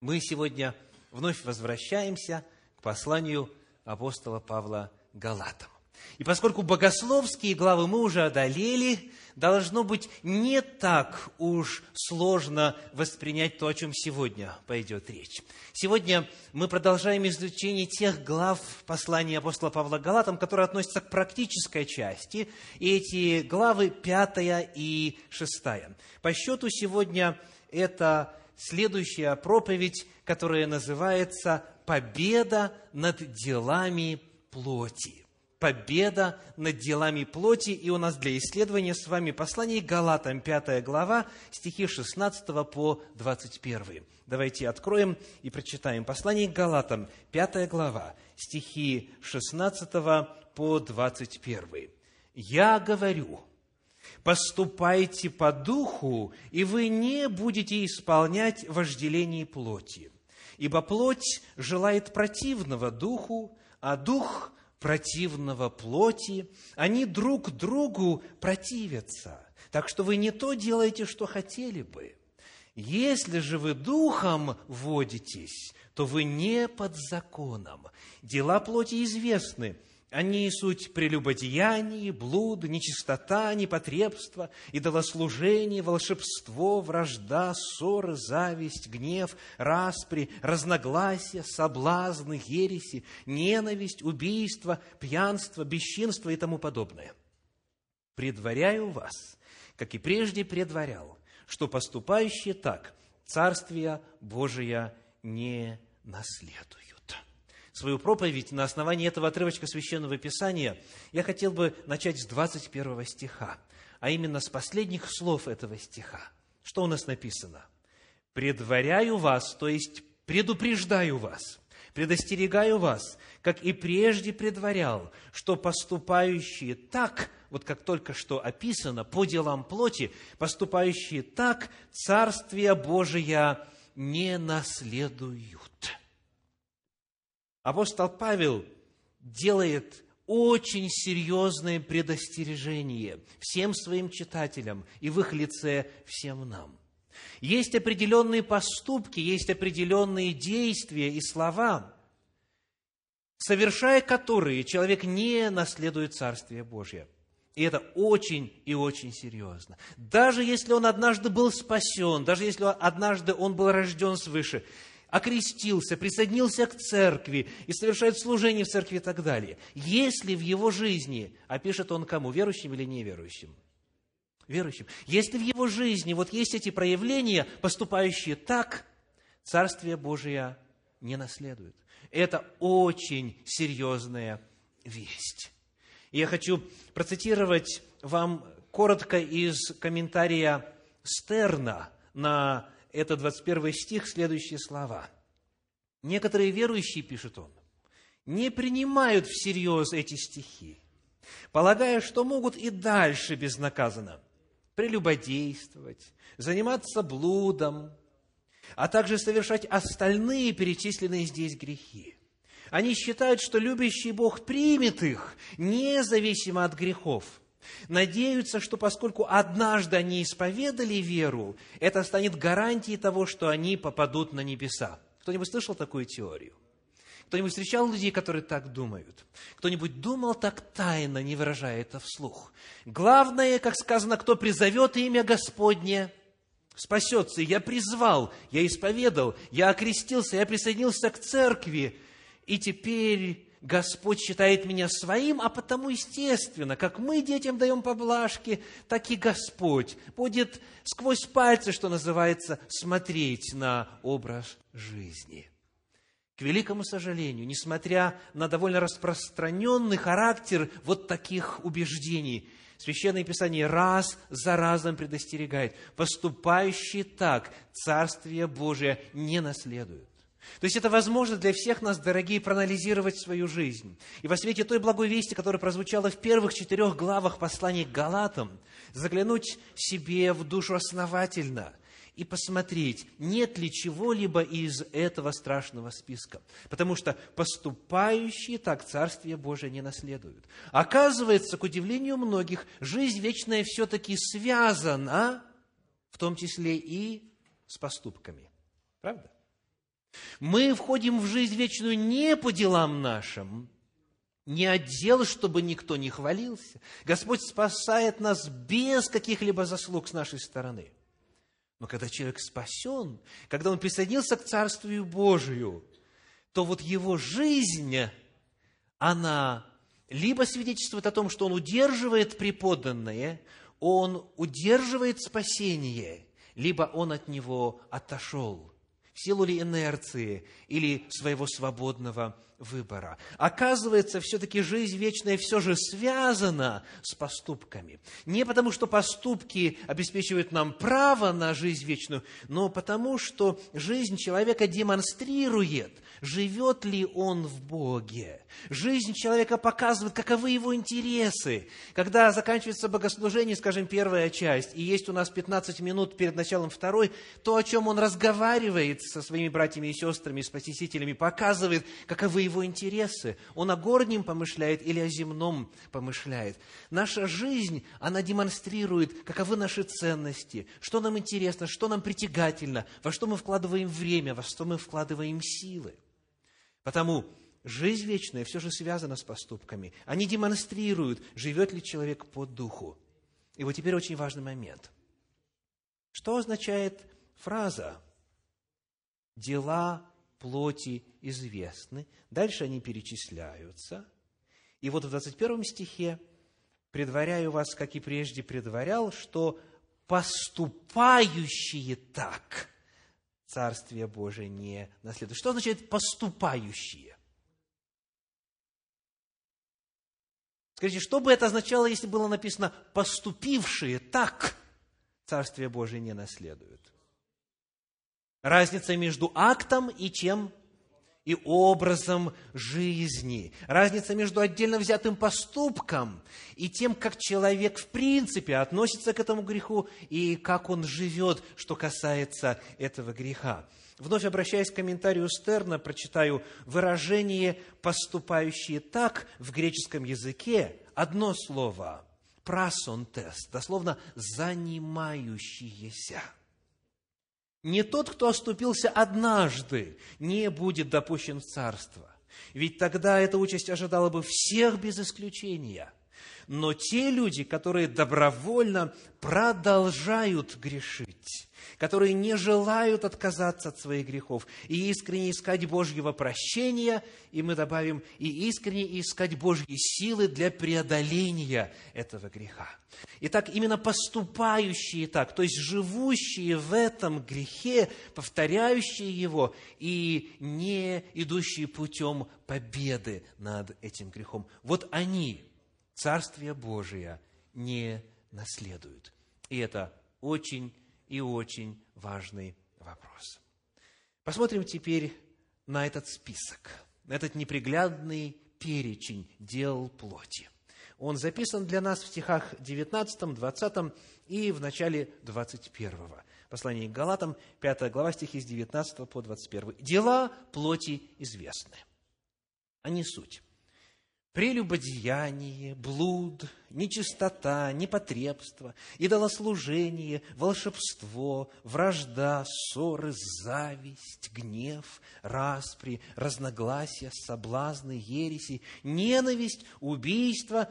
Мы сегодня вновь возвращаемся к посланию апостола Павла Галатам. И поскольку богословские главы мы уже одолели, должно быть не так уж сложно воспринять то, о чем сегодня пойдет речь. Сегодня мы продолжаем изучение тех глав послания апостола Павла Галатам, которые относятся к практической части, и эти главы 5 и 6. По счету сегодня это следующая проповедь, которая называется «Победа над делами плоти». Победа над делами плоти. И у нас для исследования с вами послание Галатам, 5 глава, стихи 16 по 21. Давайте откроем и прочитаем. Послание Галатам, 5 глава, стихи 16 по 21. «Я говорю, поступайте по духу, и вы не будете исполнять вожделений плоти. Ибо плоть желает противного духу, а дух противного плоти. Они друг другу противятся. Так что вы не то делаете, что хотели бы. Если же вы духом водитесь, то вы не под законом. Дела плоти известны. Они суть прелюбодеяние, блуд, нечистота, непотребство, идолослужение, волшебство, вражда, ссоры, зависть, гнев, распри, разногласия, соблазны, ереси, ненависть, убийство, пьянство, бесчинство и тому подобное. Предваряю вас, как и прежде предварял, что поступающие так Царствие Божие не наследуют». Свою проповедь на основании этого отрывочка Священного Писания я хотел бы начать с 21 стиха, а именно с последних слов этого стиха. Что у нас написано? «Предваряю вас», то есть предупреждаю вас, предостерегаю вас, как и прежде предварял, что поступающие так, вот как только что описано, по делам плоти, поступающие так Царствие Божие не наследуют. Апостол Павел делает очень серьезное предостережение всем своим читателям и в их лице всем нам. Есть определенные поступки, есть определенные действия и слова, совершая которые человек не наследует Царствие Божие. И это очень и очень серьезно. Даже если он однажды был спасен, даже если однажды он был рожден свыше, окрестился, присоединился к церкви и совершает служение в церкви и так далее. Если в его жизни, а пишет он кому, верующим или неверующим? Верующим. Если в его жизни вот есть эти проявления, поступающие так, Царствие Божие не наследует. Это очень серьезная весть. И я хочу процитировать вам коротко из комментария Стерна на это 21 стих, следующие слова. «Некоторые верующие, — пишет он, — не принимают всерьез эти стихи, полагая, что могут и дальше безнаказанно прелюбодействовать, заниматься блудом, а также совершать остальные перечисленные здесь грехи. Они считают, что любящий Бог примет их, независимо от грехов. Надеются, что поскольку однажды они исповедали веру, это станет гарантией того, что они попадут на небеса». Кто-нибудь слышал такую теорию? Кто-нибудь встречал людей, которые так думают? Кто-нибудь думал так тайно, не выражая это вслух? Главное, как сказано, кто призовет имя Господне, спасется. Я призвал, я исповедал, я окрестился, я присоединился к церкви, и теперь Господь считает меня своим, а потому, естественно, как мы детям даем поблажки, так и Господь будет сквозь пальцы, что называется, смотреть на образ жизни. К великому сожалению, несмотря на довольно распространенный характер вот таких убеждений, Священное Писание раз за разом предостерегает: поступающие так Царствие Божие не наследуют. То есть это возможно для всех нас, дорогие, проанализировать свою жизнь. И во свете той благой вести, которая прозвучала в первых 4 главах послания к Галатам, заглянуть себе в душу основательно и посмотреть, нет ли чего-либо из этого страшного списка. Потому что поступающие так Царствие Божие не наследуют. Оказывается, к удивлению многих, жизнь вечная все-таки связана, в том числе и с поступками. Правда? Мы входим в жизнь вечную не по делам нашим, не от дел, чтобы никто не хвалился. Господь спасает нас без каких-либо заслуг с нашей стороны. Но когда человек спасен, когда он присоединился к Царствию Божию, то вот его жизнь, она либо свидетельствует о том, что он удерживает преподанное, он удерживает спасение, либо он от него отошел, в силу ли инерции или своего свободного выбора. Оказывается, все-таки жизнь вечная все же связана с поступками. Не потому, что поступки обеспечивают нам право на жизнь вечную, но потому, что жизнь человека демонстрирует, живет ли он в Боге. Жизнь человека показывает, каковы его интересы. Когда заканчивается богослужение, скажем, первая часть, и есть у нас 15 минут перед началом второй, то, о чем он разговаривает со своими братьями и сестрами, с посетителями, показывает, каковы его интересы. Он о горнем помышляет или о земном помышляет. Наша жизнь, она демонстрирует, каковы наши ценности, что нам интересно, что нам притягательно, во что мы вкладываем время, во что мы вкладываем силы. Потому жизнь вечная все же связана с поступками. Они демонстрируют, живет ли человек по духу. И вот теперь очень важный момент. Что означает фраза «дела плоти известны»? Дальше они перечисляются. И вот в 21 стихе предваряю вас, как и прежде предварял, что поступающие так Царствие Божие не наследуют. Что означает поступающие? Скажите, что бы это означало, если было написано «поступившие так Царствие Божие не наследуют»? Разница между актом и чем? И образом жизни. Разница между отдельно взятым поступком и тем, как человек в принципе относится к этому греху и как он живет, что касается этого греха. Вновь обращаясь к комментарию Стерна, прочитаю выражение «поступающие так» в греческом языке. Одно слово «прасонтес», дословно «занимающиеся». Не тот, кто оступился однажды, не будет допущен в царство. Ведь тогда эта участь ожидала бы всех без исключения. Но те люди, которые добровольно продолжают грешить, которые не желают отказаться от своих грехов и искренне искать Божьего прощения, и мы добавим, и искренне искать Божьи силы для преодоления этого греха. Итак, именно поступающие так, то есть живущие в этом грехе, повторяющие его и не идущие путем победы над этим грехом, вот они Царствие Божие не наследуют. И это очень и очень важный вопрос. Посмотрим теперь на этот список, на этот неприглядный перечень дел плоти. Он записан для нас в стихах 19, 20 и в начале 21. Послание к Галатам, 5 глава, стихи с 19 по 21. «Дела плоти известны». Они суть: прелюбодеяние, блуд, нечистота, непотребство, идолослужение, волшебство, вражда, ссоры, зависть, гнев, распри, разногласия, соблазны, ереси, ненависть, убийство,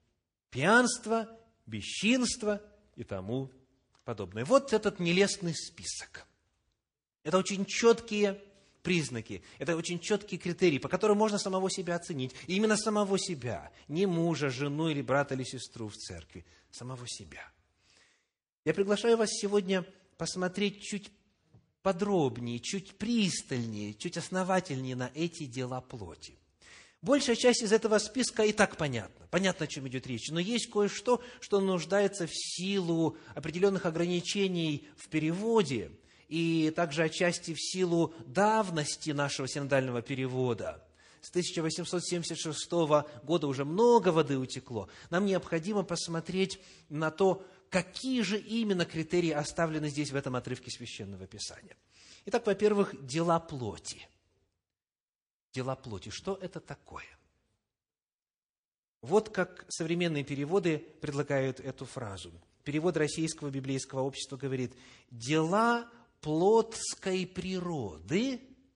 пьянство, бесчинство и тому подобное. Вот этот нелестный список. Это очень четкие признаки, это очень четкие критерии, по которым можно самого себя оценить. И именно самого себя, не мужа, жену или брата или сестру в церкви, самого себя. Я приглашаю вас сегодня посмотреть чуть подробнее, чуть пристальнее, чуть основательнее на эти дела плоти. Большая часть из этого списка и так понятна. Понятно, о чем идет речь. Но есть кое-что, что нуждается в силу определенных ограничений в переводе, и также отчасти в силу давности нашего синодального перевода. С 1876 года уже много воды утекло. Нам необходимо посмотреть на то, какие же именно критерии оставлены здесь в этом отрывке Священного Писания. Итак, во-первых, дела плоти. Дела плоти. Что это такое? Вот как современные переводы предлагают эту фразу. Перевод Российского библейского общества говорит: «Дела плотской природы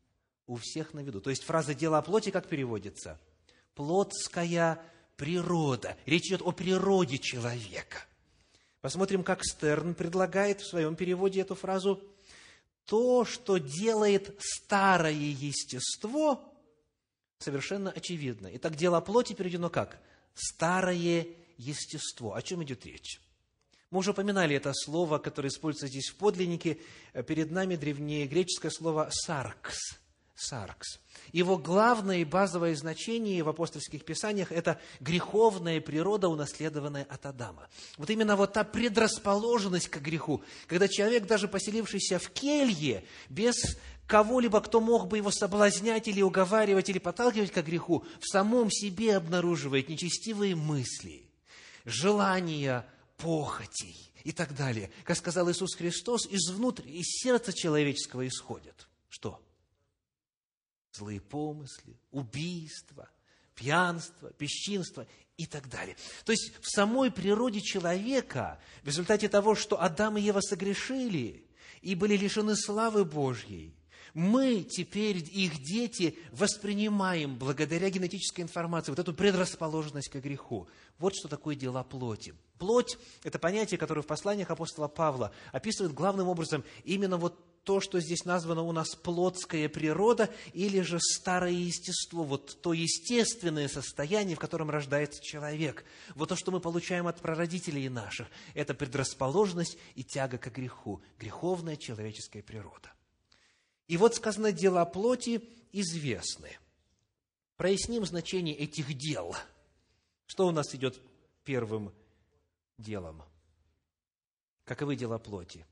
у всех на виду. То есть фраза «дело о плоти» как переводится? Плотская природа. Речь идет о природе человека. Посмотрим, как Стерн предлагает в своем переводе эту фразу. То, что делает старое естество, совершенно очевидно. Итак, дело о плоти переведено как? Старое естество. О чем идет речь? Мы уже упоминали это слово, которое используется здесь в подлиннике. Перед нами древнегреческое слово «саркс». Саркс. Его главное и базовое значение в апостольских писаниях – это греховная природа, унаследованная от Адама. Вот именно вот та предрасположенность к греху, когда человек, даже поселившийся в келье, без кого-либо, кто мог бы его соблазнять или уговаривать, или подталкивать к греху, в самом себе обнаруживает нечестивые мысли, желания, похотей и так далее. Как сказал Иисус Христос, из сердца человеческого исходят. Что? Злые помысли, убийства, пьянство, бесчинство и так далее. То есть в самой природе человека, в результате того, что Адам и Ева согрешили и были лишены славы Божьей, мы теперь, их дети, воспринимаем благодаря генетической информации вот эту предрасположенность к греху. Вот что такое дела плоти. Плоть – это понятие, которое в посланиях апостола Павла описывает главным образом именно вот то, что здесь названо у нас плотская природа, или же старое естество, вот то естественное состояние, в котором рождается человек. Вот то, что мы получаем от прародителей наших, это предрасположенность и тяга к греху, греховная человеческая природа. И вот сказано, дела плоти известны. Проясним значение этих дел. Что у нас идет первым делом? Каковы дела плоти?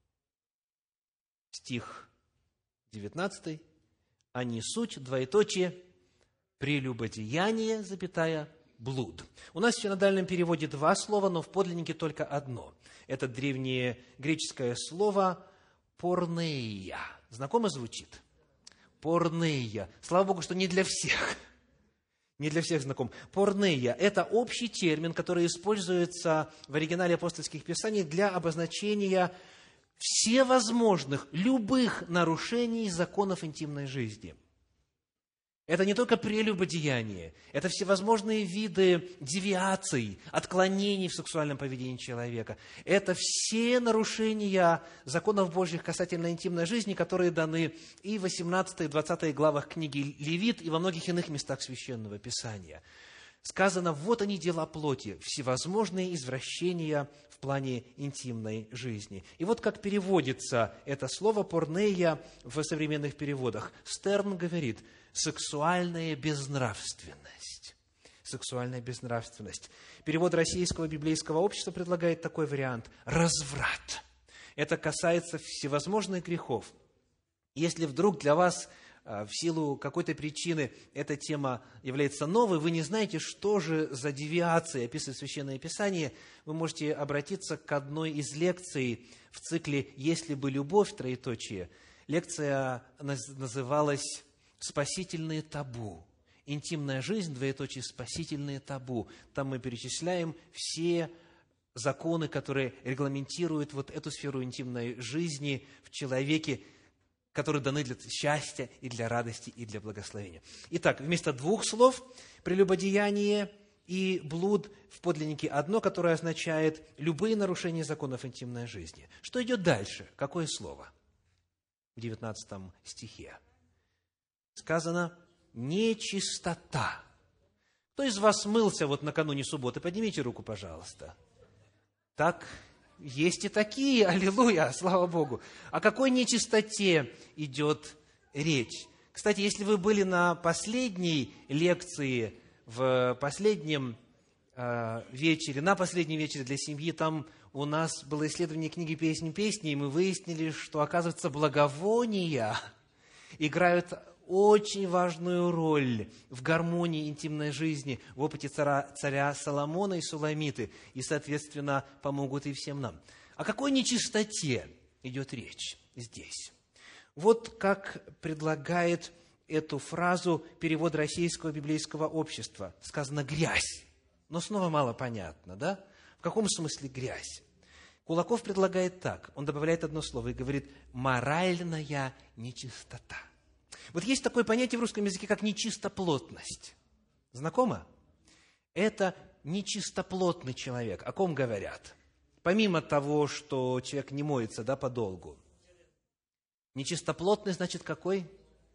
Стих 19. Они суть, двоеточие, прелюбодеяние, запятая, блуд. У нас в синодальном переводе два слова, но в подлиннике только одно. Это древнее греческое слово порнея. Знакомо звучит? Порнея. Слава Богу, что не для всех. Не для всех знаком. Порнея – это общий термин, который используется в оригинале апостольских писаний для обозначения всевозможных, любых нарушений законов интимной жизни. Это не только прелюбодеяние, это всевозможные виды девиаций, отклонений в сексуальном поведении человека. Это все нарушения законов Божьих касательно интимной жизни, которые даны и в 18 и 20 главах книги Левит, и во многих иных местах Священного Писания. Сказано, вот они дела плоти, всевозможные извращения в плане интимной жизни. И вот как переводится это слово порнея в современных переводах. Стерн говорит, сексуальная безнравственность. Сексуальная безнравственность. Перевод Российского библейского общества предлагает такой вариант – разврат. Это касается всевозможных грехов. Если вдруг для вас в силу какой-то причины эта тема является новой, вы не знаете, что же за девиации описывает Священное Писание, вы можете обратиться к одной из лекций в цикле «Если бы любовь», троеточие. Лекция называлась «Спасительные табу». Интимная жизнь, двоеточие, спасительные табу. Там мы перечисляем все законы, которые регламентируют вот эту сферу интимной жизни в человеке, которые даны для счастья и для радости и для благословения. Итак, вместо двух слов «прелюбодеяние» и «блуд» в подлиннике одно, которое означает любые нарушения законов интимной жизни. Что идет дальше? Какое слово? В 19 стихе. Сказано «нечистота». Кто из вас мылся вот накануне субботы? Поднимите руку, пожалуйста. Так, есть и такие, аллилуйя, слава Богу. О какой нечистоте идет речь? Кстати, если вы были на последней лекции, в последнем вечере, на последнем вечере для семьи, там у нас было исследование книги «Песни», и мы выяснили, что, оказывается, благовония играют очень важную роль в гармонии интимной жизни в опыте царя Соломона и Суламиты, и, соответственно, помогут и всем нам. О какой нечистоте идет речь здесь? Вот как предлагает эту фразу перевод Российского библейского общества. Сказано «грязь». Но снова мало понятно, да? В каком смысле грязь? Кулаков предлагает так. Он добавляет одно слово и говорит «моральная нечистота». Вот есть такое понятие в русском языке, как нечистоплотность. Знакомо? Это нечистоплотный человек. О ком говорят? Помимо того, что человек не моется, подолгу. Нечистоплотный, значит, какой?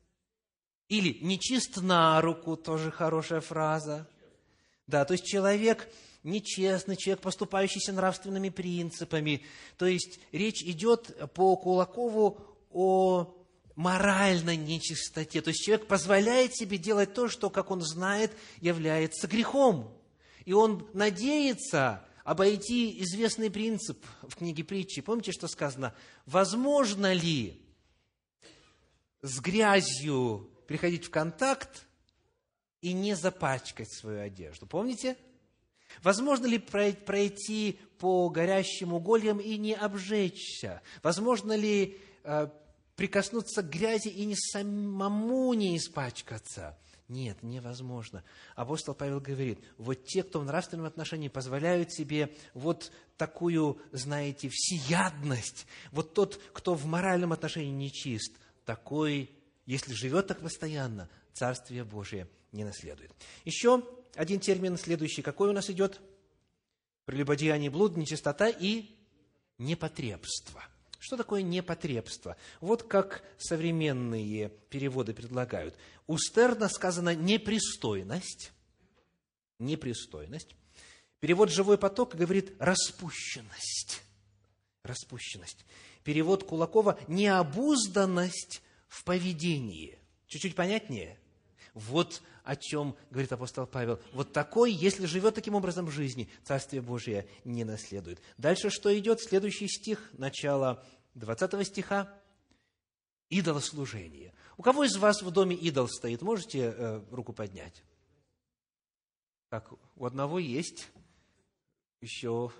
Или нечист на руку, тоже хорошая фраза. Да, то есть человек нечестный, человек, поступающийся нравственными принципами. То есть речь идет по Кулакову о моральной нечистоте. То есть человек позволяет себе делать то, что, как он знает, является грехом. И он надеется обойти известный принцип в книге Притчи. Помните, что сказано? Возможно ли с грязью приходить в контакт и не запачкать свою одежду? Помните? Возможно ли пройти по горящим угольям и не обжечься? Возможно ли прикоснуться к грязи и самому не испачкаться? Нет, невозможно. Апостол Павел говорит, вот те, кто в нравственном отношении позволяют себе вот такую, знаете, всеядность, вот тот, кто в моральном отношении нечист, такой, если живет так постоянно, Царствие Божие не наследует. Еще один термин следующий. Какой у нас идет? Прелюбодеяние, блуд, нечистота и непотребство. Что такое непотребство? Вот как современные переводы предлагают. У Стерна сказано непристойность. Непристойность. Перевод «Живой поток» говорит распущенность. Распущенность. Перевод Кулакова необузданность в поведении. Чуть-чуть понятнее? Вот о чем говорит апостол Павел. Вот такой, если живет таким образом в жизни, Царствие Божие не наследует. Дальше что идет? Следующий стих, начало 20 стиха. Идолослужение. У кого из вас в доме идол стоит? Можете руку поднять? Так, у одного есть. Еще.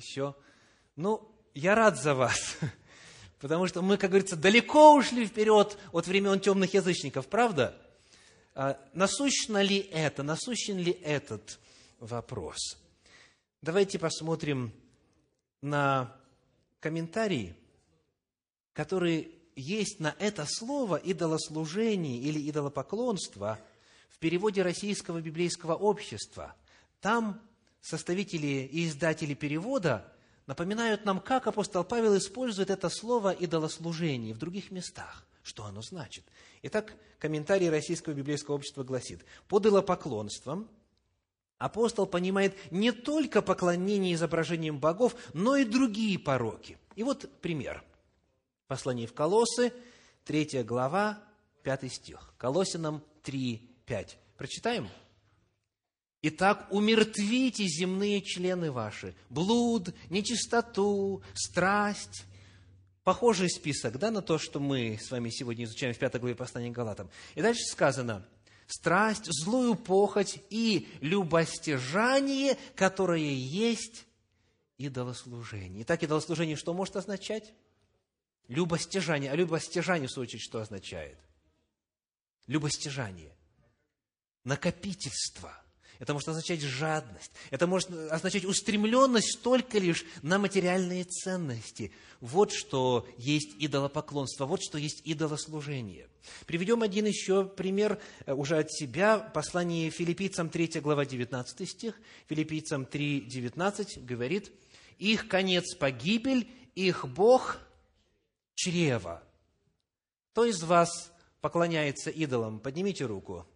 Ну, я рад за вас. Потому что мы, как говорится, далеко ушли вперед от времен темных язычников, правда? Насущно ли это, насущен ли этот вопрос? Давайте посмотрим на комментарии, которые есть на это слово идолослужение или идолопоклонство в переводе Российского библейского общества. Там составители и издатели перевода напоминают нам, как апостол Павел использует это слово идолослужение в других местах. Что оно значит? Итак, комментарий Российского библейского общества гласит: под идолопоклонством апостол понимает не только поклонение изображениям богов, но и другие пороки. И вот пример. Послание в Колоссы, 3 глава, 5 стих. Колоссянам 3, 5. Прочитаем? «Итак, умертвите земные члены ваши, блуд, нечистоту, страсть». Похожий список, на то, что мы с вами сегодня изучаем в 5 главе послания к Галатам. И дальше сказано: страсть, злую похоть и любостяжание, которое есть идолослужение. Итак, идолослужение что может означать? Любостяжание. А любостяжание, в свою очередь, что означает? Любостяжание. Накопительство. Это может означать жадность. Это может означать устремленность только лишь на материальные ценности. Вот что есть идолопоклонство, вот что есть идолослужение. Приведем один еще пример уже от себя. Послание Филиппийцам, 3 глава, 19 стих. Филиппийцам 3, 19 говорит: «Их конец погибель, их Бог чрево». Кто из вас поклоняется идолам? Поднимите руку.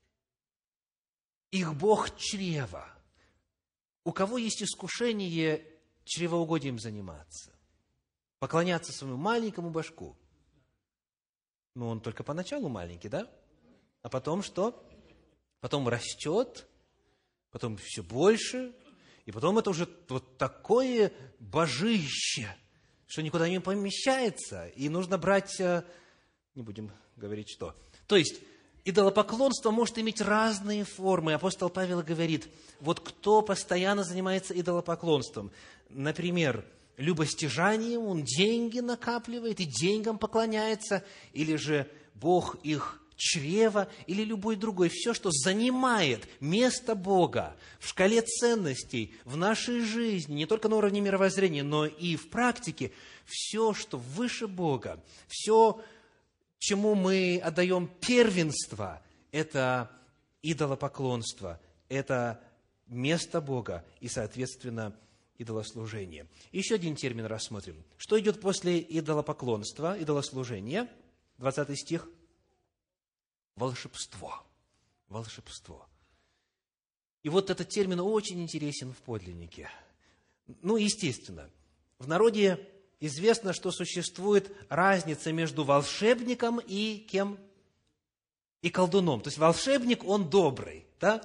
Их Бог чрево. У кого есть искушение чревоугодием заниматься? Поклоняться своему маленькому божку? Ну, он только поначалу маленький, да? А потом что? Потом растет, потом все больше, и потом это уже вот такое божище, что никуда не помещается, и нужно брать, не будем говорить что. То есть, идолопоклонство может иметь разные формы. Апостол Павел говорит, вот кто постоянно занимается идолопоклонством, например, любостяжанием, он деньги накапливает и деньгам поклоняется, или же Бог их чрево, или любой другой, все, что занимает место Бога в шкале ценностей, в нашей жизни, не только на уровне мировоззрения, но и в практике, все, что выше Бога, все, чему мы отдаем первенство, это идолопоклонство, это место Бога и, соответственно, идолослужение. Еще один термин рассмотрим. Что идет после идолопоклонства, идолослужения? 20 стих. Волшебство. Волшебство. И вот этот термин очень интересен в подлиннике. Естественно, в народе известно, что существует разница между волшебником и кем? И колдуном. То есть волшебник, он добрый, да?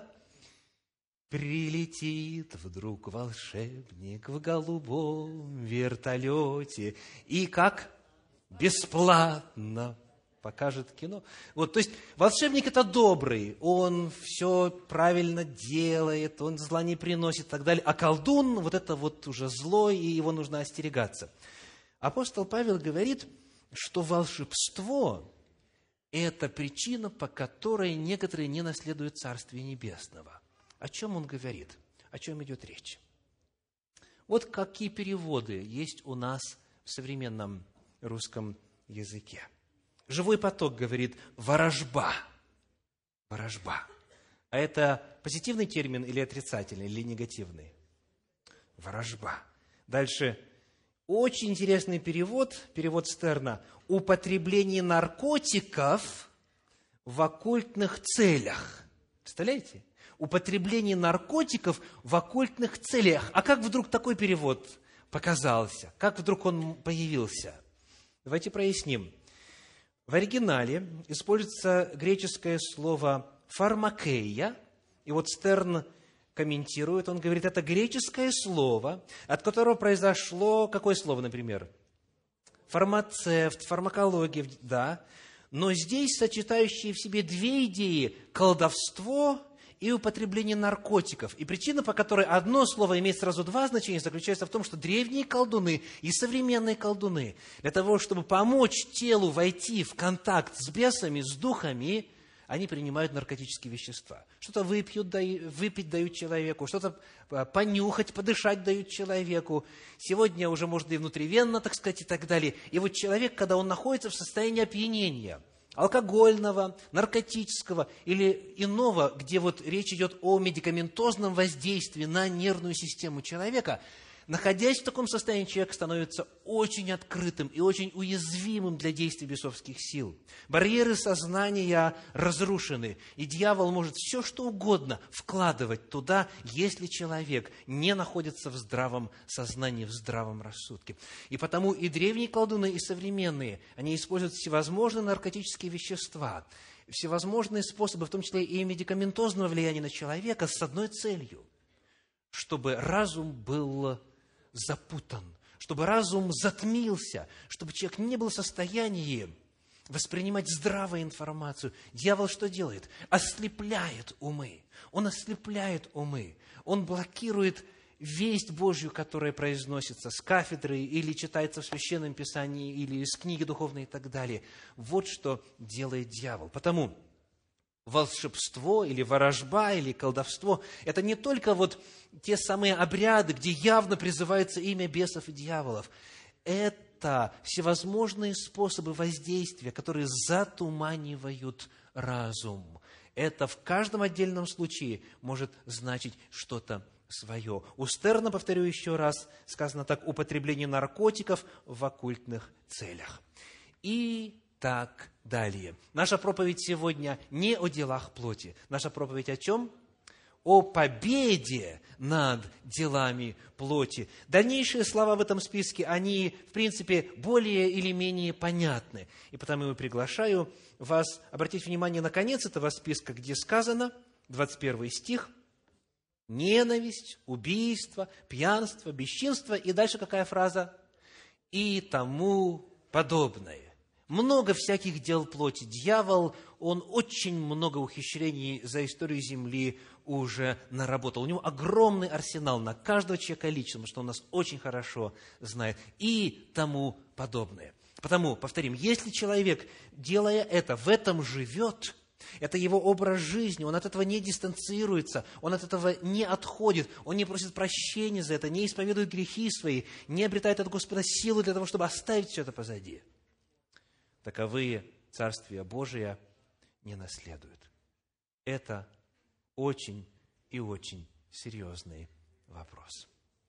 Прилетит вдруг волшебник в голубом вертолете и как? Бесплатно покажет кино. То есть волшебник – это добрый, он все правильно делает, он зла не приносит и так далее. А колдун – это уже злой, и его нужно остерегаться. Апостол Павел говорит, что волшебство – это причина, по которой некоторые не наследуют Царствие Небесного. О чем он говорит? О чем идет речь? Вот какие переводы есть у нас в современном русском языке. Живой поток говорит «ворожба». Ворожба. А это позитивный термин или отрицательный, или негативный? Ворожба. Дальше. Очень интересный перевод Стерна. «Употребление наркотиков в оккультных целях». Представляете? Употребление наркотиков в оккультных целях. А как вдруг такой перевод показался? Как вдруг он появился? Давайте проясним. В оригинале используется греческое слово «фармакея». И Стерн комментирует, он говорит, это греческое слово, от которого произошло, какое слово, например? Фармацевт, фармакология, да. Но здесь сочетающие в себе две идеи – колдовство и употребление наркотиков. И причина, по которой одно слово имеет сразу два значения, заключается в том, что древние колдуны и современные колдуны для того, чтобы помочь телу войти в контакт с бесами, с духами, они принимают наркотические вещества. Что-то выпить дают человеку, что-то понюхать, подышать дают человеку. Сегодня уже можно и внутривенно, так сказать, и так далее. И человек, когда он находится в состоянии опьянения, алкогольного, наркотического или иного, где речь идет о медикаментозном воздействии на нервную систему человека, находясь в таком состоянии, человек становится очень открытым и очень уязвимым для действий бесовских сил. Барьеры сознания разрушены, и дьявол может все, что угодно вкладывать туда, если человек не находится в здравом сознании, в здравом рассудке. И потому и древние колдуны, и современные, они используют всевозможные наркотические вещества, всевозможные способы, в том числе и медикаментозного влияния на человека, с одной целью, чтобы разум был запутан, чтобы разум затмился, чтобы человек не был в состоянии воспринимать здравую информацию. Дьявол что делает? Ослепляет умы. Он ослепляет умы. Он блокирует весть Божью, которая произносится с кафедры или читается в Священном Писании, или из книги духовной и так далее. Вот что делает дьявол. Потому волшебство или ворожба или колдовство – это не только те самые обряды, где явно призывается имя бесов и дьяволов. Это всевозможные способы воздействия, которые затуманивают разум. Это в каждом отдельном случае может значить что-то свое. У Стерна, повторю еще раз, сказано так: употребление наркотиков в оккультных целях. И так далее. Наша проповедь сегодня не о делах плоти. Наша проповедь о чем? О победе над делами плоти. Дальнейшие слова в этом списке, они, в принципе, более или менее понятны. И потому я приглашаю вас обратить внимание на конец этого списка, где сказано, 21 стих, ненависть, убийство, пьянство, бесчинство. И дальше какая фраза? И тому подобное. Много всяких дел плоти. Дьявол, он очень много ухищрений за историю Земли уже наработал. У него огромный арсенал на каждого человека лично, потому что он нас очень хорошо знает. И тому подобное. Потому, повторим, если человек, делая это, в этом живет, это его образ жизни, он от этого не дистанцируется, он от этого не отходит, он не просит прощения за это, не исповедует грехи свои, не обретает от Господа силу для того, чтобы оставить все это позади. Таковые Царствие Божие не наследуют. Это очень и очень серьезный вопрос.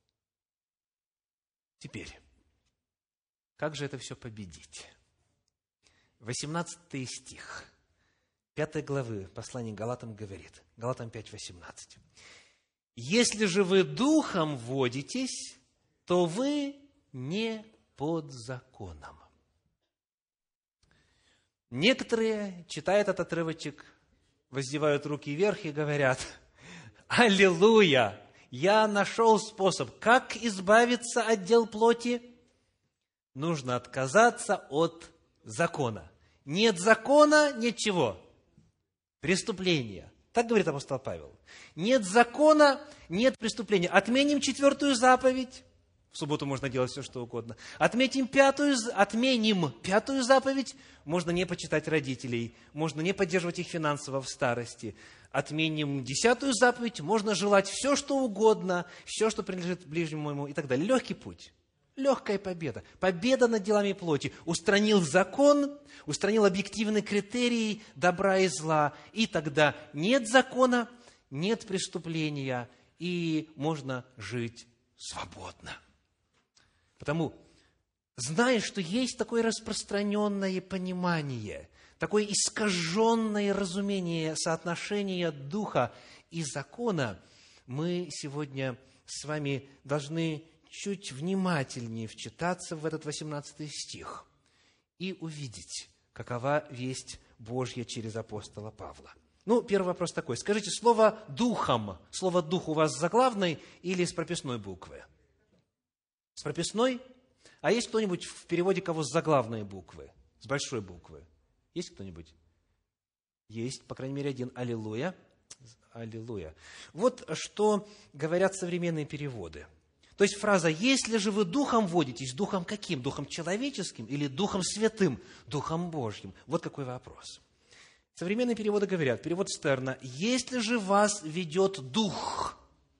Теперь, как же это все победить? 18 стих 5 главы послания Галатам говорит, Галатам 5:18. «Если же вы духом водитесь, то вы не под законом». Некоторые, читая этот отрывочек, воздевают руки вверх и говорят: «Аллилуйя! Я нашел способ, как избавиться от дел плоти. Нужно отказаться от закона. Нет закона, нет чего? Преступления». Так говорит апостол Павел. Нет закона, нет преступления. Отменим 4-ю заповедь. В субботу можно делать все, что угодно. Отменим 5-ю заповедь. Можно не почитать родителей. Можно не поддерживать их финансово в старости. Отменим 10-ю заповедь. Можно желать все, что угодно. Все, что принадлежит ближнему моему и так далее. Легкий путь. Легкая победа. Победа над делами плоти. Устранил закон, устранил объективные критерии добра и зла. И тогда нет закона, нет преступления, и можно жить свободно. Потому, зная, что есть такое распространенное понимание, такое искаженное разумение соотношения духа и закона, мы сегодня с вами должны чуть внимательнее вчитаться в этот 18 стих и увидеть, какова весть Божья через апостола Павла. Первый вопрос такой. Скажите, слово «духом», слово «дух» у вас с заглавной или с прописной буквы? С прописной? А есть кто-нибудь в переводе, кого с заглавной буквы, с большой буквы? Есть кто-нибудь? Есть, по крайней мере, один. Аллилуйя. Аллилуйя. Вот что говорят современные переводы. То есть фраза «если же вы духом водитесь», духом каким? Духом человеческим или духом святым? Духом Божьим. Вот какой вопрос. Современные переводы говорят, перевод Стерна: «если же вас ведет дух».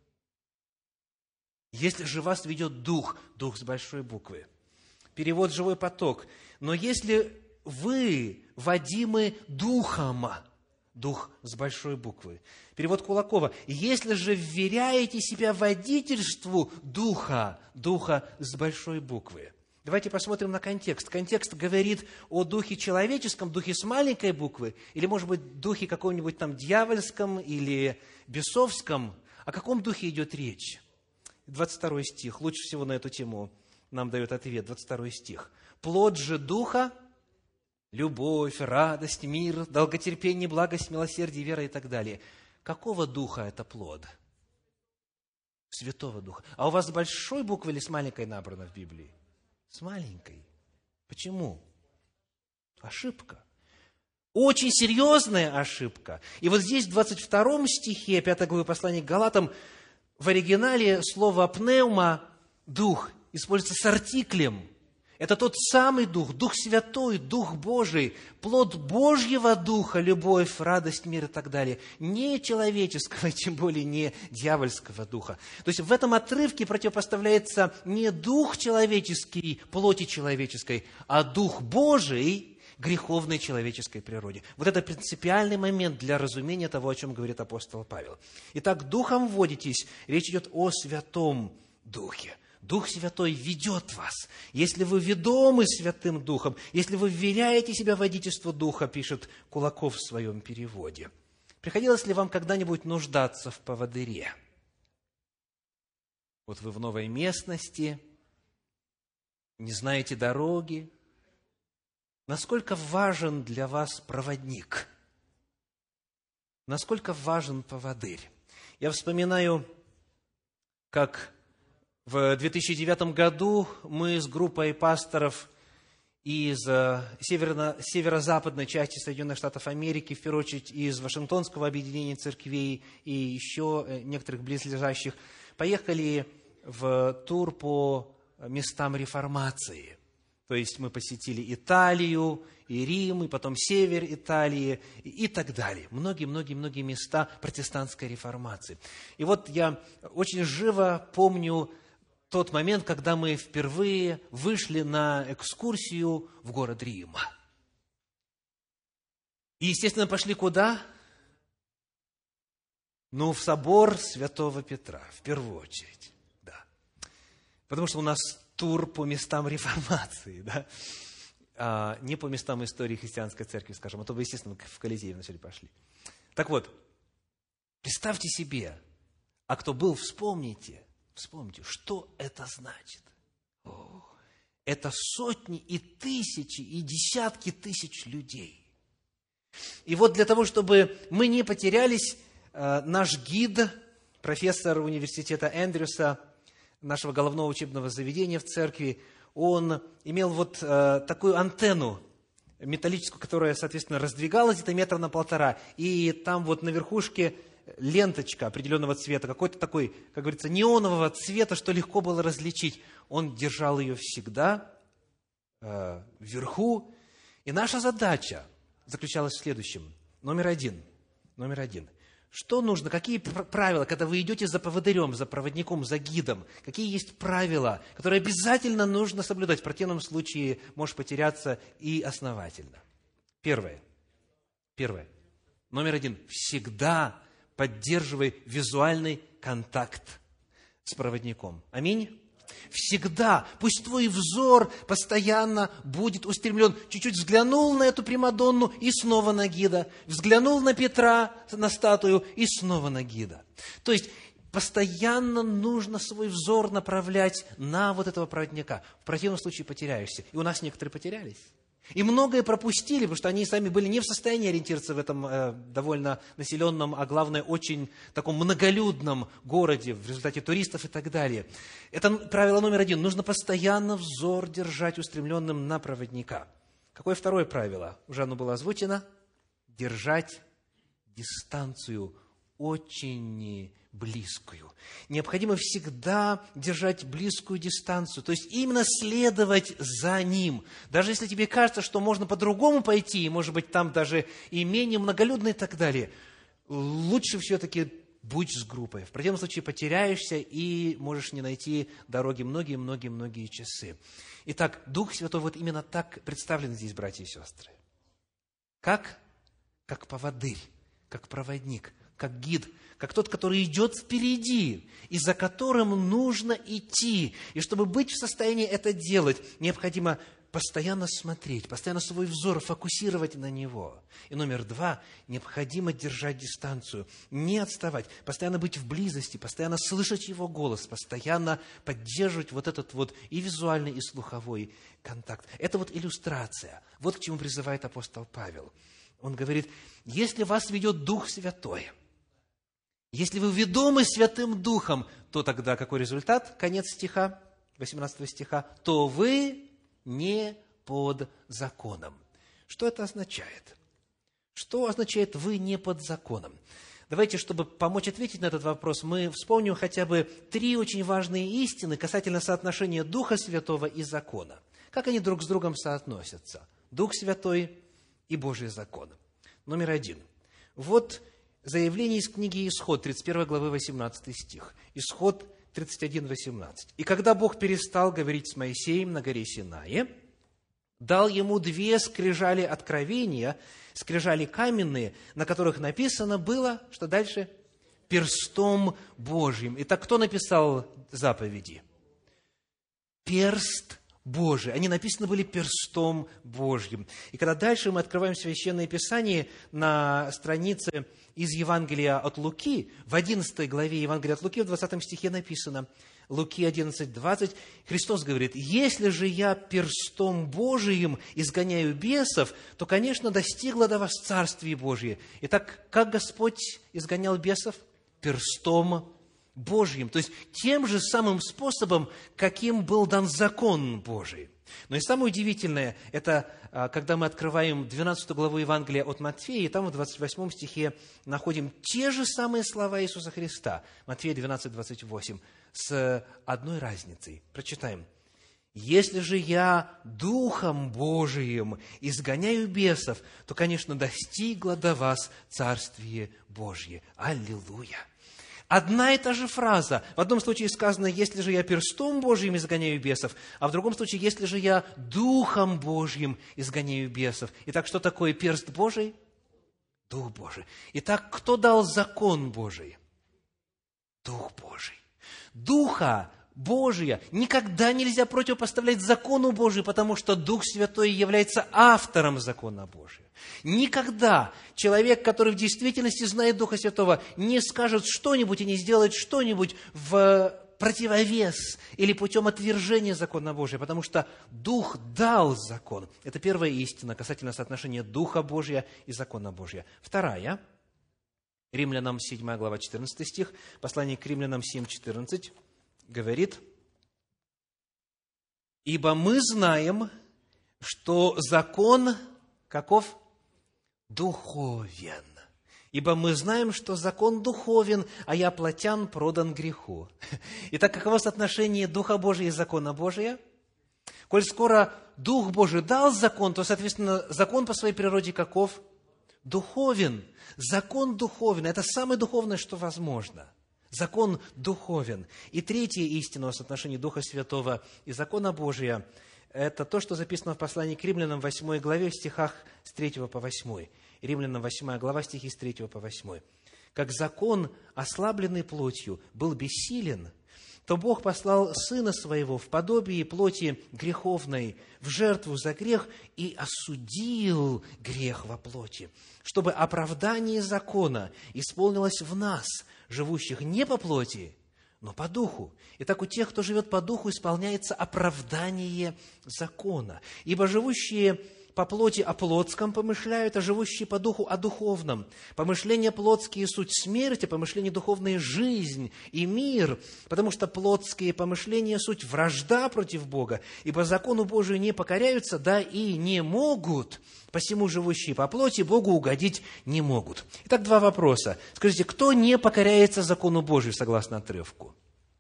Если же вас ведет дух, дух с большой буквы. Перевод «Живой поток». Но если вы водимы духом, дух с большой буквы. Перевод Кулакова: если же вверяете себя водительству духа, духа с большой буквы. Давайте посмотрим на контекст. Контекст говорит о духе человеческом, духе с маленькой буквы, или, может быть, духе каком-нибудь там дьявольском или бесовском. О каком духе идет речь? 22 стих. Лучше всего на эту тему нам дает ответ. 22 стих. «Плод же духа – любовь, радость, мир, долготерпение, благость, милосердие, вера» и так далее. Какого духа это плод? Святого Духа. А у вас с большой буквы или с маленькой набрано в Библии? С маленькой. Почему? Ошибка. Очень серьезная ошибка. И вот здесь, в 22 стихе 5 главы послания к Галатам, в оригинале слово «пневма» – «дух» используется с артиклем. Это тот самый Дух, Дух Святой, Дух Божий, плод Божьего Духа, любовь, радость, мир и так далее. Не человеческого, тем более не дьявольского духа. То есть в этом отрывке противопоставляется не дух человеческий, плоти человеческой, а Дух Божий греховной человеческой природе. Вот это принципиальный момент для разумения того, о чем говорит апостол Павел. Итак, духом водитесь, речь идет о Святом Духе. Дух Святой ведет вас. Если вы ведомы Святым Духом, если вы вверяете себя водительству Духа, пишет Кулаков в своем переводе. Приходилось ли вам когда-нибудь нуждаться в поводыре? Вот вы в новой местности, не знаете дороги. Насколько важен для вас проводник? Насколько важен поводырь? Я вспоминаю, как в 2009 году мы с группой пасторов из северо-западной части Соединенных Штатов Америки, в первую очередь из Вашингтонского объединения церквей и еще некоторых близлежащих, поехали в тур по местам реформации. То есть мы посетили Италию, и Рим, и потом север Италии, и так далее. Многие места протестантской реформации. И вот я очень живо помню тот момент, когда мы впервые вышли на экскурсию в город Рим. И, естественно, пошли куда? В собор Святого Петра, в первую очередь. Да. Потому что у нас тур по местам реформации, да? Не по местам истории христианской церкви, скажем, а то вы, естественно, в Колизей вначале пошли. Так вот, представьте себе, а кто был, вспомните, что это значит. Это сотни и тысячи, и десятки тысяч людей. И вот для того, чтобы мы не потерялись, наш гид, профессор университета Эндрюса, нашего головного учебного заведения в церкви, он имел вот такую антенну металлическую, которая, соответственно, раздвигалась где-то 1,5 метра, и там вот на верхушке ленточка определенного цвета, какой-то такой, как говорится, неонового цвета, что легко было различить. Он держал ее всегда вверху. И наша задача заключалась в следующем. Номер один. Что нужно, какие правила, когда вы идете за поводырем, за проводником, за гидом, какие есть правила, которые обязательно нужно соблюдать, в противном случае можешь потеряться и основательно. Первое. Номер один. Всегда поддерживай визуальный контакт с проводником. Аминь. Всегда. Пусть твой взор постоянно будет устремлен. Чуть-чуть взглянул на эту Примадонну и снова на гида. Взглянул на Петра, на статую и снова на гида. То есть, постоянно нужно свой взор направлять на вот этого проводника. В противном случае потеряешься. И у нас некоторые потерялись. И многое пропустили, потому что они сами были не в состоянии ориентироваться в этом довольно населенном, а главное, очень таком многолюдном городе в результате туристов и так далее. Это правило номер один. Нужно постоянно взор держать устремленным на проводника. Какое второе правило? Уже оно было озвучено. Держать дистанцию очень близкую. Необходимо всегда держать близкую дистанцию, то есть именно следовать за ним. Даже если тебе кажется, что можно по-другому пойти, и, может быть, там даже и менее многолюдно и так далее, лучше все-таки будь с группой. В противном случае потеряешься и можешь не найти дороги многие часы. Итак, Дух Святой вот именно так представлен здесь, братья и сестры. Как поводырь, как проводник, как гид, как тот, который идет впереди, и за которым нужно идти. И чтобы быть в состоянии это делать, необходимо постоянно смотреть, постоянно свой взор фокусировать на него. И номер два, необходимо держать дистанцию, не отставать, постоянно быть в близости, постоянно слышать его голос, постоянно поддерживать вот этот вот и визуальный, и слуховой контакт. Это вот иллюстрация. Вот к чему призывает апостол Павел. Он говорит, если вас ведет Дух Святой, если вы ведомы Святым Духом, то тогда какой результат? Конец стиха, 18 стиха. То вы не под законом. Что это означает? Что означает «вы не под законом»? Давайте, чтобы помочь ответить на этот вопрос, мы вспомним хотя бы 3 очень важные истины касательно соотношения Духа Святого и закона. Как они друг с другом соотносятся? Дух Святой и Божий закон. Номер 1. Вот заявление из книги Исход, 31 главы, 18 стих. Исход 31, 18. «И когда Бог перестал говорить с Моисеем на горе Синае, дал ему 2 скрижали откровения, скрижали каменные, на которых написано было, что дальше? Перстом Божьим». Итак, кто написал заповеди? Перст Божий. Они написаны были перстом Божьим. И когда дальше мы открываем Священное Писание на странице из Евангелия от Луки, в 11 главе Евангелия от Луки, в 20 стихе написано, Луки 11, 20, Христос говорит, «Если же я перстом Божиим изгоняю бесов, то, конечно, достигло до вас Царствие Божие». Итак, как Господь изгонял бесов? Перстом Божьим, то есть тем же самым способом, каким был дан закон Божий. Но и самое удивительное, это когда мы открываем 12 главу Евангелия от Матфея, и там в 28 стихе находим те же самые слова Иисуса Христа, Матфея 12, 28, с одной разницей. Прочитаем. «Если же я Духом Божиим изгоняю бесов, то, конечно, достигло до вас Царствие Божье». Аллилуйя! Одна и та же фраза. В одном случае сказано, если же я перстом Божьим изгоняю бесов, а в другом случае, если же я Духом Божьим изгоняю бесов. Итак, что такое перст Божий? Дух Божий. Итак, кто дал закон Божий? Дух Божий. Духа Божия никогда нельзя противопоставлять закону Божию, потому что Дух Святой является автором закона Божия. Никогда человек, который в действительности знает Духа Святого, не скажет что-нибудь и не сделает что-нибудь в противовес или путем отвержения закона Божия, потому что Дух дал закон. Это первая истина касательно соотношения Духа Божия и закона Божия. Вторая, Римлянам 7 глава 14 стих, послание к Римлянам 7:14 говорит: «Ибо мы знаем, что закон каков? Духовен. Ибо мы знаем, что закон духовен, а я плотян продан греху». Итак, каково соотношение Духа Божия и закона Божия? Коль скоро Дух Божий дал закон, то, соответственно, закон по своей природе каков? Духовен. Закон духовен. Это самое духовное, что возможно. Закон духовен. И третья истина о соотношении Духа Святого и закона Божия – это то, что записано в послании к Римлянам 8 главе, в стихах с 3 по 8. Римлянам 8 глава, стихи с 3 по 8. «Как закон, ослабленный плотью, был бессилен, то Бог послал Сына Своего в подобие плоти греховной, в жертву за грех, и осудил грех во плоти, чтобы оправдание закона исполнилось в нас, живущих не по плоти, но по духу. Итак, у тех, кто живет по духу, исполняется оправдание закона. Ибо живущие по плоти о плотском помышляют, а живущие по духу о духовном. Помышления плотские – суть смерть, а помышления духовные – жизнь и мир, потому что плотские помышления – суть вражда против Бога, ибо закону Божию не покоряются, да и не могут, посему живущие по плоти Богу угодить не могут». Итак, два вопроса. Скажите, кто не покоряется закону Божию, согласно отрывку?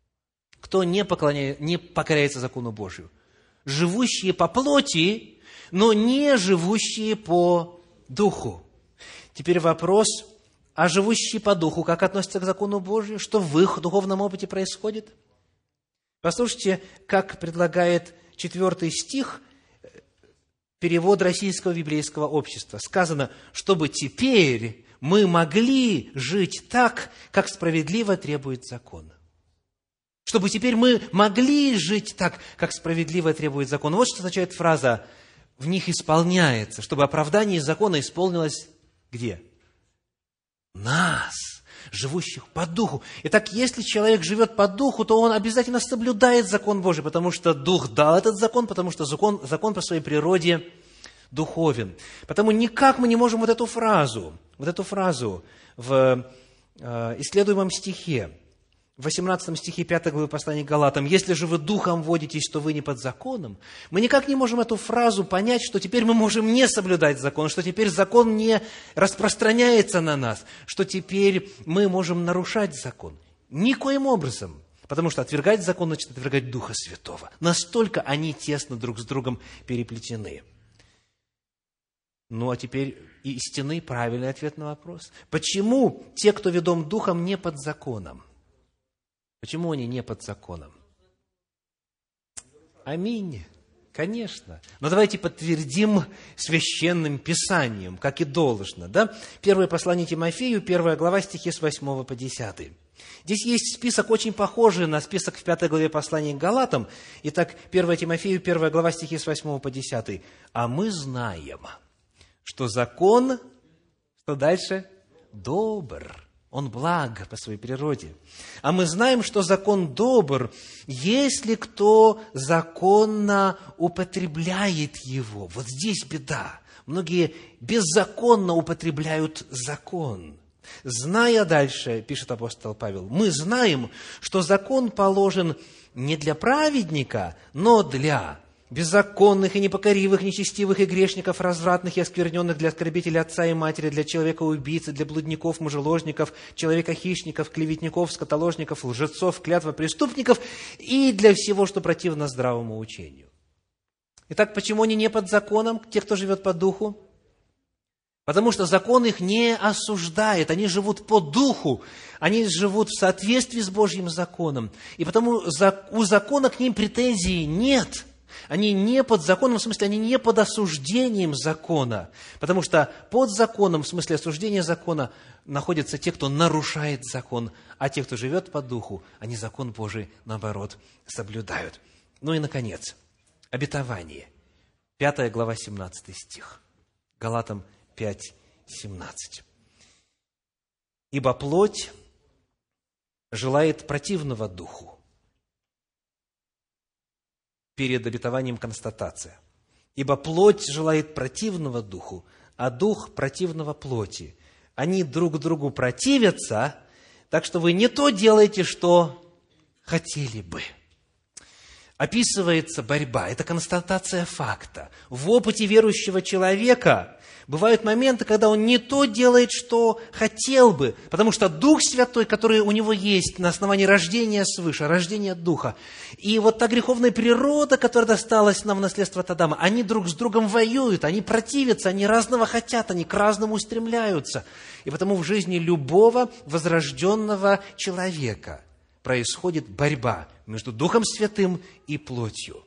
Кто не покоряется закону Божию? Живущие по плоти, но не живущие по духу. Теперь вопрос, а живущие по духу как относятся к закону Божию? Что в их духовном опыте происходит? Послушайте, как предлагает 4 стих перевод Российского библейского общества. Сказано, чтобы теперь мы могли жить так, как справедливо требует закон. Чтобы теперь мы могли жить так, как справедливо требует закон. Вот что означает фраза «в них исполняется», чтобы оправдание закона исполнилось где? Нас, живущих по духу. Итак, если человек живет по духу, то он обязательно соблюдает закон Божий, потому что Дух дал этот закон, потому что закон по своей природе духовен. Потому никак мы не можем вот эту фразу в исследуемом стихе, в 18 стихе 5 главы послания к Галатам, «Если же вы духом водитесь, то вы не под законом», мы никак не можем эту фразу понять, что теперь мы можем не соблюдать закон, что теперь закон не распространяется на нас, что теперь мы можем нарушать закон. Никоим образом. Потому что отвергать закон значит отвергать Духа Святого. Настолько они тесно друг с другом переплетены. Ну, а теперь истинный, правильный ответ на вопрос. Почему те, кто ведом Духом, не под законом? Почему они не под законом? Аминь. Конечно. Но давайте подтвердим священным Писанием, как и должно. Да? Первое послание Тимофею, 1 глава, стихи с 8 по 10. Здесь есть список, очень похожий на список в 5 главе послания к Галатам. Итак, 1 Тимофею, 1 глава, стихи с 8 по 10. «А мы знаем, что закон, что дальше? Добр». Он благ по своей природе. А мы знаем, что закон добр, если кто законно употребляет его. Вот здесь беда. Многие беззаконно употребляют закон. Зная дальше, пишет апостол Павел, мы знаем, что закон положен не для праведника, но для беззаконных и непокоривых, нечестивых и грешников, развратных и оскверненных, для оскорбителей отца и матери, для человека-убийцы, для блудников, мужеложников, человека-хищников, клеветников, скотоложников, лжецов, клятвопреступников и для всего, что противно здравому учению. Итак, почему они не под законом, те, кто живет по духу? Потому что закон их не осуждает, они живут по духу, они живут в соответствии с Божьим законом. И потому у закона к ним претензий нет. Они не под законом, в смысле, они не под осуждением закона, потому что под законом, в смысле осуждения закона, находятся те, кто нарушает закон, а те, кто живет по духу, они закон Божий, наоборот, соблюдают. Ну и, наконец, обетование. 5 глава, 17 стих. Галатам 5, 17. «Ибо плоть желает противного духу». Перед обетованием констатация. «Ибо плоть желает противного духу, а дух противного плоти. Они друг другу противятся, так что вы не то делаете, что хотели бы». Описывается борьба, это констатация факта. В опыте верующего человека бывают моменты, когда он не то делает, что хотел бы, потому что Дух Святой, который у него есть на основании рождения свыше, рождения Духа, и вот та греховная природа, которая досталась нам в наследство от Адама, они друг с другом воюют, они противятся, они разного хотят, они к разному устремляются. И потому в жизни любого возрожденного человека происходит борьба между Духом Святым и плотью.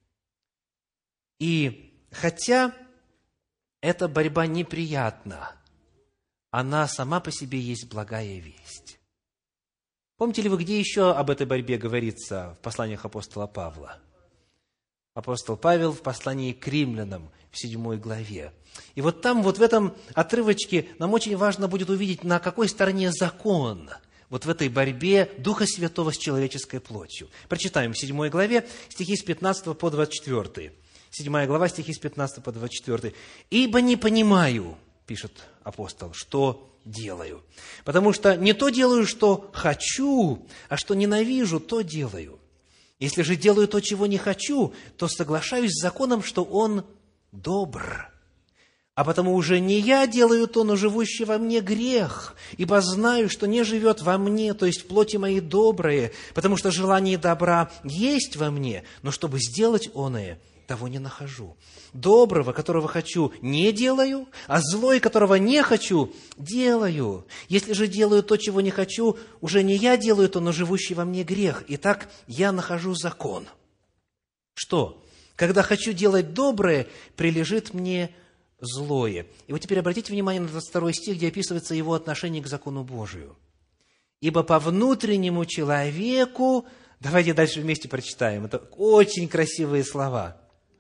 И хотя эта борьба неприятна, она сама по себе есть благая весть. Помните ли вы, где еще об этой борьбе говорится в посланиях апостола Павла? Апостол Павел в послании к римлянам в 7 главе. И вот там, вот в этом отрывочке нам очень важно будет увидеть, на какой стороне закон вот в этой борьбе Духа Святого с человеческой плотью. Прочитаем в 7 главе стихи с 15 по 24. 7 глава, стихи с 15 по 24. «Ибо не понимаю, — пишет апостол, — что делаю. Потому что не то делаю, что хочу, а что ненавижу, то делаю. Если же делаю то, чего не хочу, то соглашаюсь с законом, что он добр. А потому уже не я делаю то, но живущий во мне грех, ибо знаю, что не живет во мне, то есть в плоти моей доброе, потому что желание добра есть во мне, но чтобы сделать оное, того не нахожу. Доброго, которого хочу, не делаю, а злой, которого не хочу, делаю. Если же делаю то, чего не хочу, уже не я делаю то, но живущий во мне грех. Итак, я нахожу закон. Что? Когда хочу делать доброе, прилежит мне злое». И вот теперь обратите внимание на 22 стих, где описывается его отношение к закону Божию. «Ибо по внутреннему человеку...» Давайте дальше вместе прочитаем. Это очень красивые слова.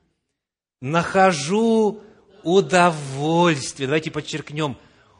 «Нахожу удовольствие». Давайте подчеркнем.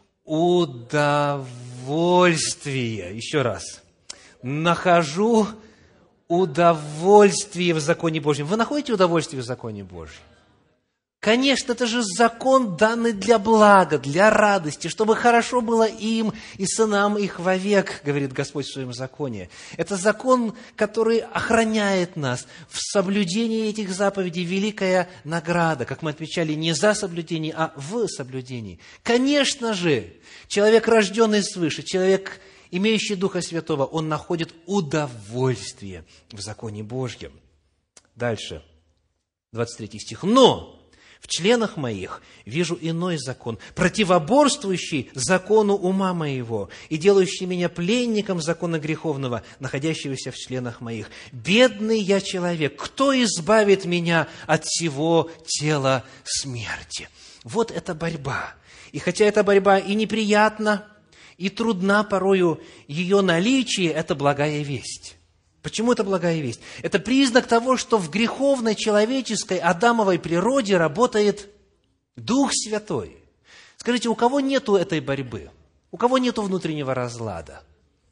Удовольствие. Еще раз. «Нахожу удовольствие в законе Божьем». Вы находите удовольствие в законе Божьем? Конечно, это же закон, данный для блага, для радости, чтобы хорошо было им и сынам их вовек, говорит Господь в своем законе. Это закон, который охраняет нас. В соблюдении этих заповедей великая награда, как мы отмечали, не за соблюдение, а в соблюдении. Конечно же, человек, рожденный свыше, человек, имеющий Духа Святого, он находит удовольствие в законе Божьем. Дальше, 23 стих. «Но в членах моих вижу иной закон, противоборствующий закону ума моего и делающий меня пленником закона греховного, находящегося в членах моих. Бедный я человек, кто избавит меня от всего тела смерти?» Вот эта борьба. И хотя эта борьба и неприятна, и трудна порою, ее наличие – это благая весть. Почему это благая весть? Это признак того, что в греховной человеческой Адамовой природе работает Дух Святой. Скажите, у кого нету этой борьбы? У кого нету внутреннего разлада?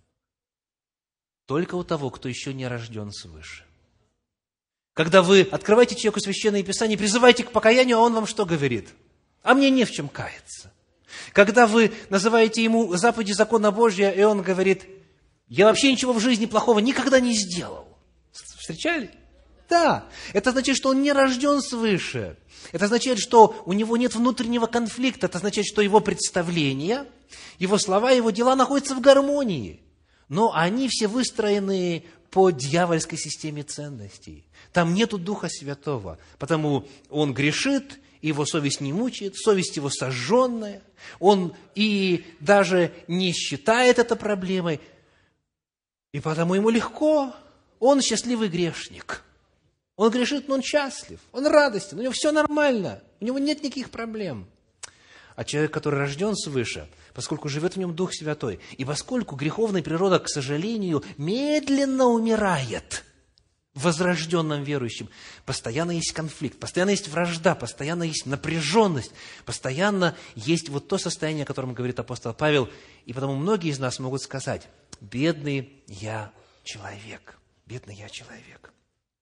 Только у того, кто еще не рожден свыше. Когда вы открываете человеку Священное Писание, призываете к покаянию, а он вам что говорит? А мне не в чем каяться. Когда вы называете ему заповеди закона Божия, и он говорит: я вообще ничего в жизни плохого никогда не сделал. Встречали? Да. Это значит, что он не рожден свыше. Это означает, что у него нет внутреннего конфликта. Это означает, что его представления, его слова, его дела находятся в гармонии. Но они все выстроены по дьявольской системе ценностей. Там нету Духа Святого. Потому он грешит, и его совесть не мучает, совесть его сожженная. Он и даже не считает это проблемой. И потому ему легко, он счастливый грешник. Он грешит, но он счастлив, он радостен, у него все нормально, у него нет никаких проблем. А человек, который рожден свыше, поскольку живет в нем Дух Святой, и поскольку греховная природа, к сожалению, медленно умирает в возрожденном верующем, постоянно есть конфликт, постоянно есть вражда, постоянно есть напряженность, постоянно есть вот то состояние, о котором говорит апостол Павел, и потому многие из нас могут сказать: «Бедный я человек, бедный я человек».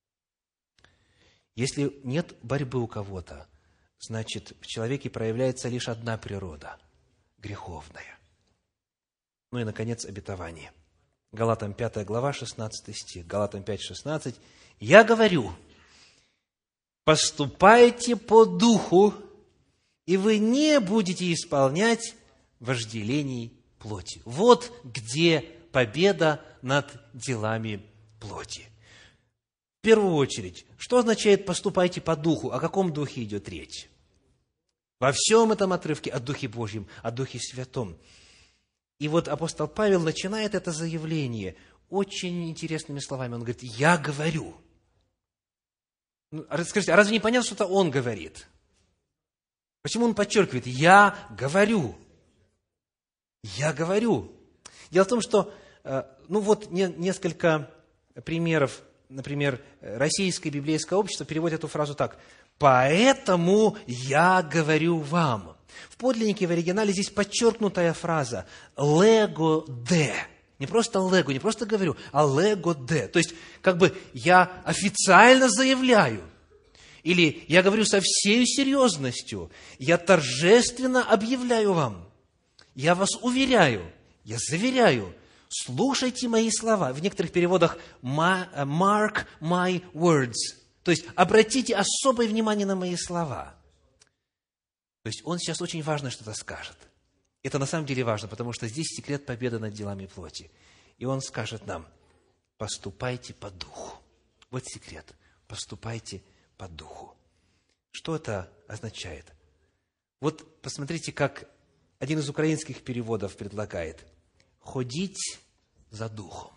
Если нет борьбы у кого-то, значит, в человеке проявляется лишь одна природа – греховная. Ну и, наконец, обетование. Галатам 5 глава, 16 стих. Галатам 5, 16. «Я говорю, поступайте по духу, и вы не будете исполнять вожделений плоти». Вот где победа над делами плоти. В первую очередь, что означает «поступайте по духу»? О каком духе идет речь? Во всем этом отрывке о Духе Божьем, о Духе Святом. И вот апостол Павел начинает это заявление очень интересными словами. Он говорит: «Я говорю». Скажите, а разве не понятно, что это он говорит? Почему он подчеркивает: «Я говорю»? «Я говорю». Дело в том, что, несколько примеров. Например, Российское библейское общество переводит эту фразу так: «Поэтому я говорю вам». В подлиннике, в оригинале здесь подчеркнутая фраза «лего де». Не просто «лего», не просто говорю, а «лего де». То есть, как бы я официально заявляю, или я говорю со всей серьезностью, я торжественно объявляю вам, я вас уверяю, я заверяю, слушайте мои слова. В некоторых переводах «mark my words». То есть, обратите особое внимание на мои слова. То есть, он сейчас очень важно что-то скажет. Это на самом деле важно, потому что здесь секрет победы над делами плоти. И он скажет нам: поступайте по духу. Вот секрет. Поступайте по духу. Что это означает? Вот посмотрите, как один из украинских переводов предлагает: ходить за духом.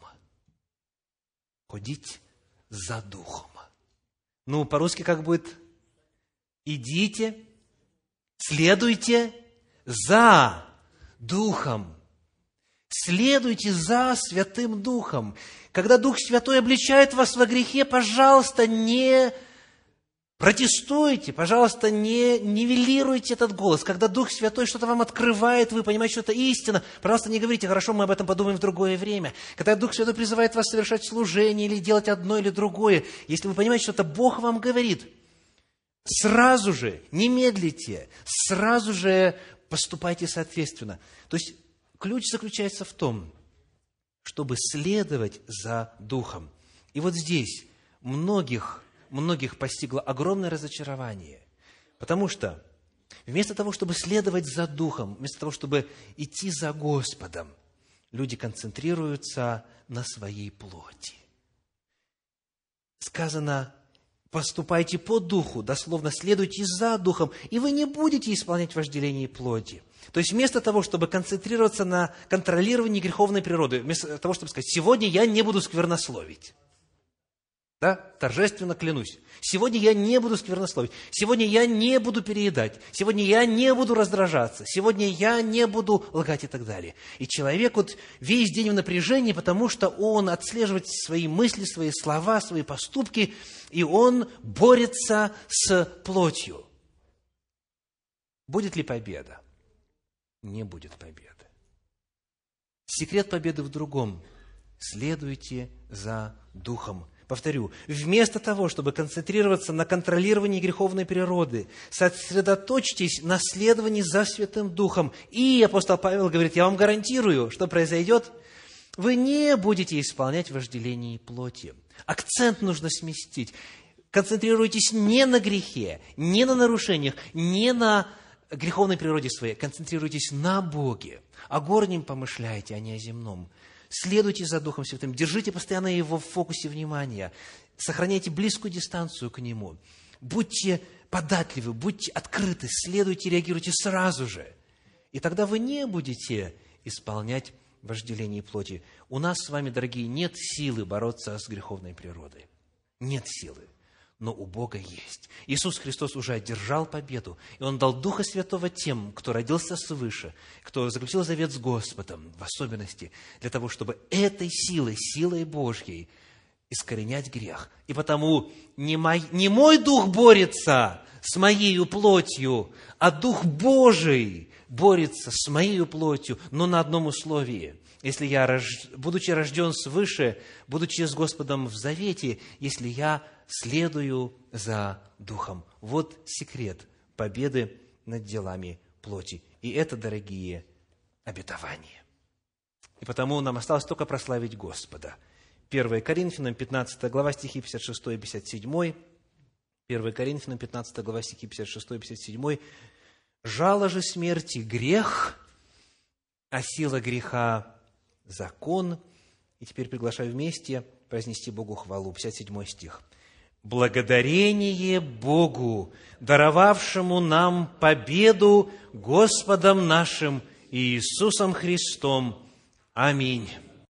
Ходить за духом. Ну, по-русски как будет? Идите, следуйте за Духом. Следуйте за Святым Духом. Когда Дух Святой обличает вас во грехе, пожалуйста, не протестуйте, пожалуйста, не нивелируйте этот голос. Когда Дух Святой что-то вам открывает, вы понимаете, что это истина, пожалуйста, не говорите: «Хорошо, мы об этом подумаем в другое время». Когда Дух Святой призывает вас совершать служение или делать одно или другое, если вы понимаете, что это Бог вам говорит, сразу же, не медлите, сразу же поступайте соответственно. То есть, ключ заключается в том, чтобы следовать за Духом. И вот здесь многих постигло огромное разочарование, потому что вместо того, чтобы следовать за Духом, вместо того, чтобы идти за Господом, люди концентрируются на своей плоти. Сказано: поступайте по Духу, дословно следуйте за Духом, и вы не будете исполнять вожделение плоти. То есть, вместо того, чтобы концентрироваться на контролировании греховной природы, вместо того, чтобы сказать: «Сегодня я не буду сквернословить», да, торжественно клянусь, сегодня я не буду сквернословить, сегодня я не буду переедать, сегодня я не буду раздражаться, сегодня я не буду лгать и так далее. И человек вот весь день в напряжении, потому что он отслеживает свои мысли, свои слова, свои поступки, и он борется с плотью. Будет ли победа? Не будет победы. Секрет победы в другом. Следуйте за Духом. Повторю, вместо того, чтобы концентрироваться на контролировании греховной природы, сосредоточьтесь на следовании за Святым Духом. И апостол Павел говорит: я вам гарантирую, что произойдет. Вы не будете исполнять вожделение плоти. Акцент нужно сместить. Концентрируйтесь не на грехе, не на нарушениях, не на греховной природе своей. Концентрируйтесь на Боге. О горнем помышляйте, а не о земном. Следуйте за Духом Святым, держите постоянно Его в фокусе внимания, сохраняйте близкую дистанцию к Нему, будьте податливы, будьте открыты, следуйте, реагируйте сразу же. И тогда вы не будете исполнять вожделение плоти. У нас с вами, дорогие, нет силы бороться с греховной природой. Нет силы. но у Бога есть. Иисус Христос уже одержал победу, и Он дал Духа Святого тем, кто родился свыше, кто заключил завет с Господом, в особенности для того, чтобы этой силой, силой Божьей, искоренять грех. И потому не мой дух борется с моею плотью, а Дух Божий борется с моею плотью, но на одном условии. Если я, будучи рожден свыше, будучи с Господом в завете, если я следую за Духом. Вот секрет победы над делами плоти. И это, дорогие, обетование. И потому нам осталось только прославить Господа. 1 Коринфянам, 15 глава, стихи 56 и 57. 1 Коринфянам, 15 глава, стихи 56 и 57. «Жало же смерти грех, а сила греха закон». И теперь приглашаю вместе произнести Богу хвалу. 57 стих. «Благодарение Богу, даровавшему нам победу Господом нашим Иисусом Христом. Аминь».